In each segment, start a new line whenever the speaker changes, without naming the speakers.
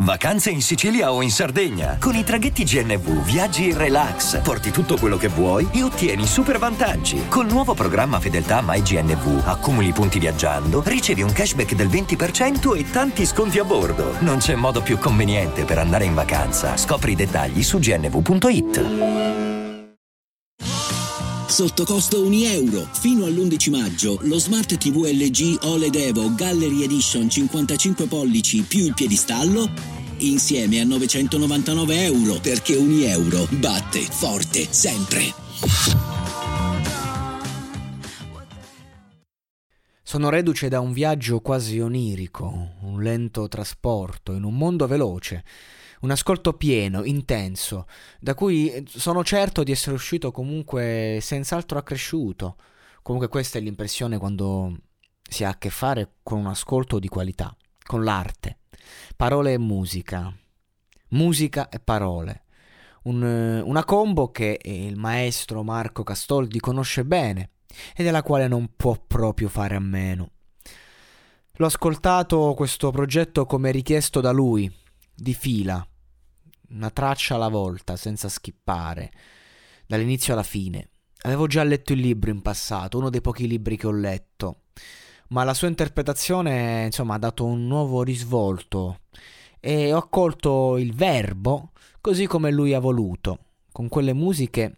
Vacanze in Sicilia o in Sardegna. Con i traghetti GNV viaggi in relax, porti tutto quello che vuoi e ottieni super vantaggi. Col nuovo programma Fedeltà MyGNV accumuli punti viaggiando, ricevi un cashback del 20% e tanti sconti a bordo. Non c'è modo più conveniente per andare in vacanza. Scopri i dettagli su gnv.it.
Sotto costo €1. Fino all'11 maggio lo Smart TV LG OLED Evo Gallery Edition 55 pollici più il piedistallo insieme a €999, perché €1 batte forte sempre.
Sono reduce da un viaggio quasi onirico, un lento trasporto in un mondo veloce, un ascolto pieno, intenso, da cui sono certo di essere uscito comunque senz'altro accresciuto. Comunque questa è l'impressione quando si ha a che fare con un ascolto di qualità, con l'arte, parole e musica e parole. Una combo che il maestro Marco Castoldi conosce bene e della quale non può proprio fare a meno. L'ho ascoltato questo progetto come richiesto da lui, di fila, una traccia alla volta, senza skippare, dall'inizio alla fine. Avevo già letto il libro in passato, uno dei pochi libri che ho letto, ma la sua interpretazione, insomma, ha dato un nuovo risvolto e ho accolto il verbo così come lui ha voluto, con quelle musiche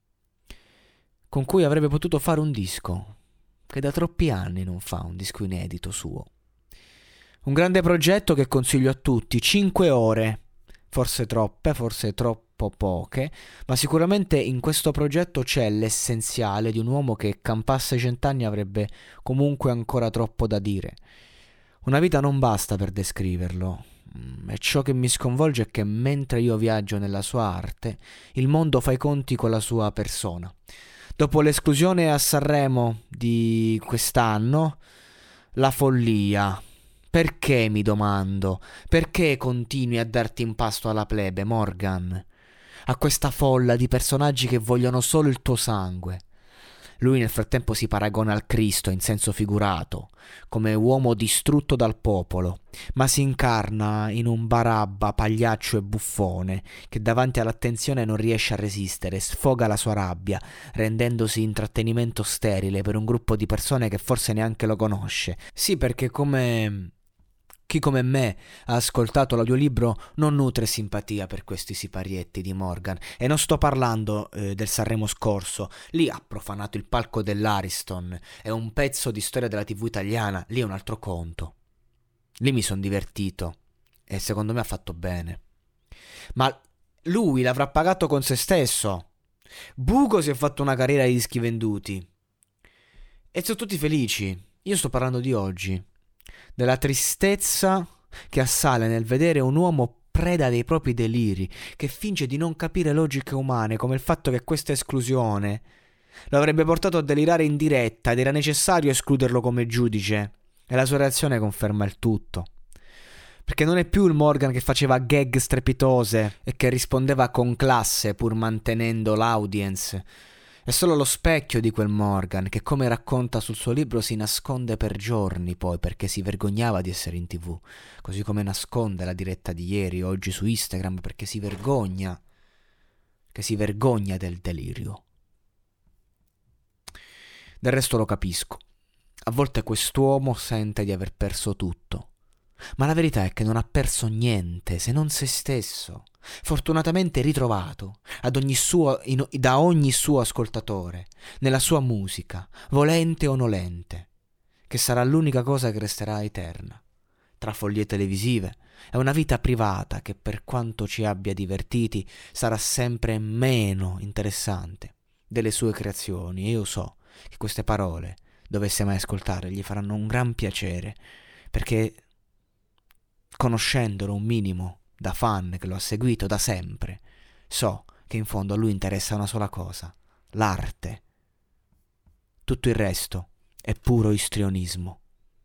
con cui avrebbe potuto fare un disco, che da troppi anni non fa un disco inedito suo. Un grande progetto che consiglio a tutti, 5 ore, forse troppe, forse troppo poche, ma sicuramente in questo progetto c'è l'essenziale di un uomo che campasse 100 anni avrebbe comunque ancora troppo da dire. Una vita non basta per descriverlo, e ciò che mi sconvolge è che mentre io viaggio nella sua arte, il mondo fa i conti con la sua persona. Dopo l'esclusione a Sanremo di quest'anno, la follia. Perché, mi domando, perché continui a darti in pasto alla plebe, Morgan? A questa folla di personaggi che vogliono solo il tuo sangue. Lui nel frattempo si paragona al Cristo in senso figurato, come uomo distrutto dal popolo, ma si incarna in un Barabba pagliaccio e buffone che davanti all'attenzione non riesce a resistere, sfoga la sua rabbia, rendendosi intrattenimento sterile per un gruppo di persone che forse neanche lo conosce. Sì, perché chi come me ha ascoltato l'audiolibro non nutre simpatia per questi siparietti di Morgan, e non sto parlando del Sanremo scorso. Lì ha profanato il palco dell'Ariston, è un pezzo di storia della TV italiana, lì è un altro conto. Lì mi sono divertito e secondo me ha fatto bene, ma lui l'avrà pagato con se stesso. Bugo si è fatto una carriera di dischi venduti e sono tutti felici. Io sto parlando di oggi, della tristezza che assale nel vedere un uomo preda dei propri deliri, che finge di non capire logiche umane, come il fatto che questa esclusione lo avrebbe portato a delirare in diretta ed era necessario escluderlo come giudice, e la sua reazione conferma il tutto. Perché non è più il Morgan che faceva gag strepitose e che rispondeva con classe pur mantenendo l'audience. È solo lo specchio di quel Morgan che, come racconta sul suo libro, si nasconde per giorni poi perché si vergognava di essere in TV, così come nasconde la diretta di ieri, oggi su Instagram, perché si vergogna del delirio. Del resto lo capisco. A volte quest'uomo sente di aver perso tutto, ma la verità è che non ha perso niente se non se stesso, fortunatamente ritrovato da ogni suo ascoltatore, nella sua musica, volente o nolente, che sarà l'unica cosa che resterà eterna, tra follie televisive e una vita privata che, per quanto ci abbia divertiti, sarà sempre meno interessante delle sue creazioni. E io so che queste parole, dovesse mai ascoltare, gli faranno un gran piacere, perché conoscendolo un minimo da fan che lo ha seguito da sempre, so che in fondo a lui interessa una sola cosa: l'arte. Tutto il resto è puro istrionismo.